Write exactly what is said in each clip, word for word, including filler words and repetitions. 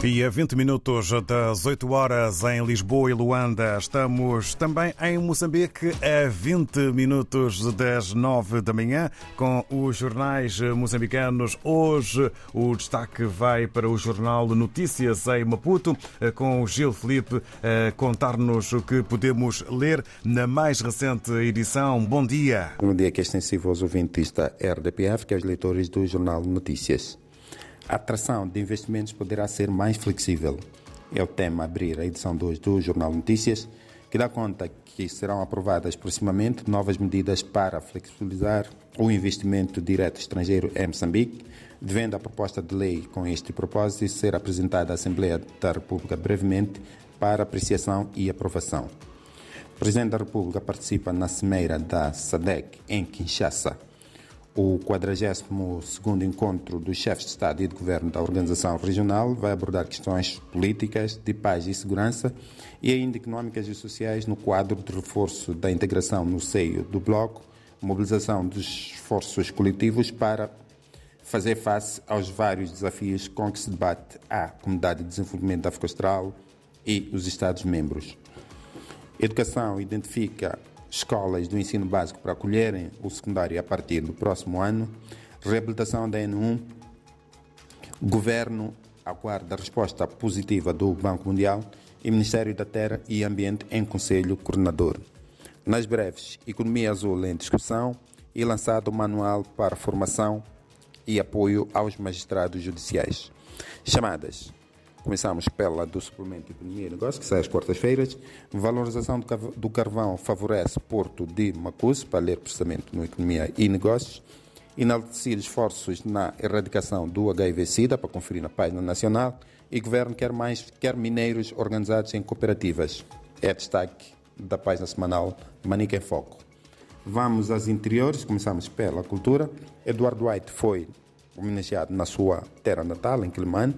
E a vinte minutos das oito horas em Lisboa e Luanda, estamos também em Moçambique a vinte minutos das nove da manhã com os jornais moçambicanos. Hoje o destaque vai para o jornal Notícias em Maputo, com o Gil Felipe a contar-nos o que podemos ler na mais recente edição. Bom dia. Bom dia, que é extensivo aos ouvintes da R D P F, que é os leitores do jornal Notícias. A atração de investimentos poderá ser mais flexível. É o tema a abrir a edição dois do Jornal Notícias, que dá conta que serão aprovadas proximamente novas medidas para flexibilizar o investimento direto estrangeiro em Moçambique, devendo a proposta de lei com este propósito ser apresentada à Assembleia da República brevemente para apreciação e aprovação. O Presidente da República participa na cimeira da S A D C em Kinshasa. O quadragésimo segundo encontro dos chefes de Estado e de Governo da Organização Regional vai abordar questões políticas, de paz e segurança e ainda económicas e sociais no quadro de reforço da integração no seio do Bloco, mobilização dos esforços coletivos para fazer face aos vários desafios com que se debate a Comunidade de Desenvolvimento da África Austral e os Estados-membros. Educação identifica escolas do ensino básico para acolherem o secundário a partir do próximo ano. Reabilitação da N um. Governo aguarda a resposta positiva do Banco Mundial e Ministério da Terra e Ambiente em Conselho Coordenador. Nas breves, Economia Azul em discussão e lançado o manual para formação e apoio aos magistrados judiciais. Chamadas. Começamos pela do suplemento de Economia e Negócios, que sai às quartas-feiras. Valorização do carvão favorece Porto de Macuso, para ler processamento no Economia e Negócios. Enaltecer esforços na erradicação do H I V-Sida, para conferir na página nacional. E Governo quer mais, quer mineiros organizados em cooperativas. É destaque da página semanal Manica em Foco. Vamos às interiores, começamos pela cultura. Eduardo White foi homenageado na sua terra natal, em Quelimane.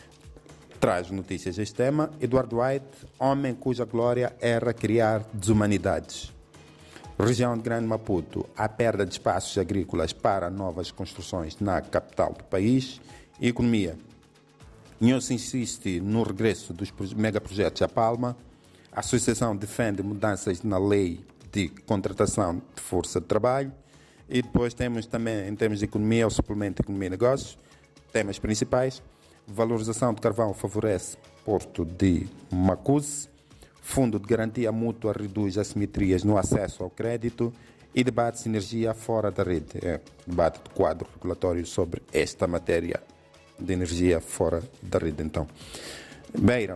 Traz notícias este tema. Eduardo White, homem cuja glória era criar desumanidades. Região de Grande Maputo, a perda de espaços agrícolas para novas construções na capital do país. E economia. Nhonse insiste no regresso dos megaprojetos à Palma. A associação defende mudanças na lei de contratação de força de trabalho. E depois temos também, em termos de economia, o suplemento de Economia e Negócios. Temas principais. Valorização de carvão favorece Porto de Macuso. Fundo de garantia mútua reduz assimetrias no acesso ao crédito. E debate de energia fora da rede. É, debate do quadro regulatório sobre esta matéria de energia fora da rede. Então, Beira,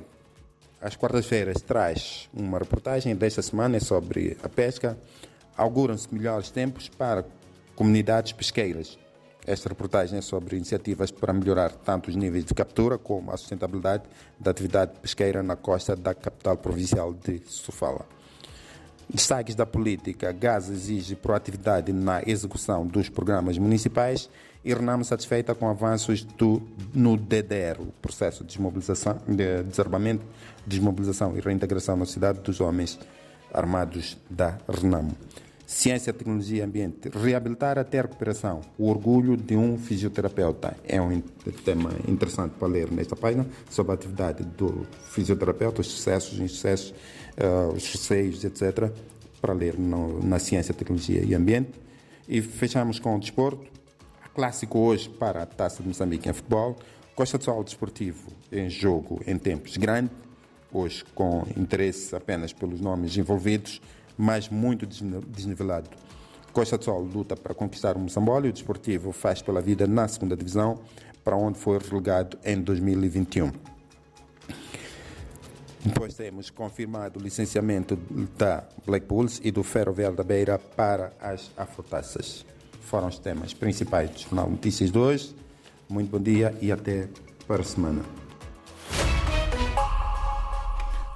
às quartas-feiras, traz uma reportagem desta semana sobre a pesca. Auguram-se melhores tempos para comunidades pesqueiras. Esta reportagem é sobre iniciativas para melhorar tanto os níveis de captura como a sustentabilidade da atividade pesqueira na costa da capital provincial de Sofala. Destaques da política. Gaza exige proatividade na execução dos programas municipais e Renamo satisfeita com avanços do, no D D R, o processo de desmobilização, de desarmamento, desmobilização e reintegração na cidade dos homens armados da Renamo. Ciência, Tecnologia e Ambiente. Reabilitar até a recuperação. O orgulho de um fisioterapeuta. É um tema interessante para ler nesta página sobre a atividade do fisioterapeuta, os sucessos, os insucessos, uh, os receios, etcétera. Para ler no, na Ciência, Tecnologia e Ambiente. E fechamos com o desporto. Clássico hoje para a Taça de Moçambique em futebol. Costa do Sol Desportivo em jogo em tempos grande. Hoje com interesse apenas pelos nomes envolvidos, mas muito desnivelado. Costa do Sol luta para conquistar o Moçambola e o Desportivo faz pela vida na segunda divisão, para onde foi relegado em dois mil e vinte e um. Depois temos confirmado o licenciamento da Black Bulls e do Ferroviário da Beira para as Afrotaças. Foram os temas principais do Jornal Notícias de hoje. Muito bom dia e até para a semana.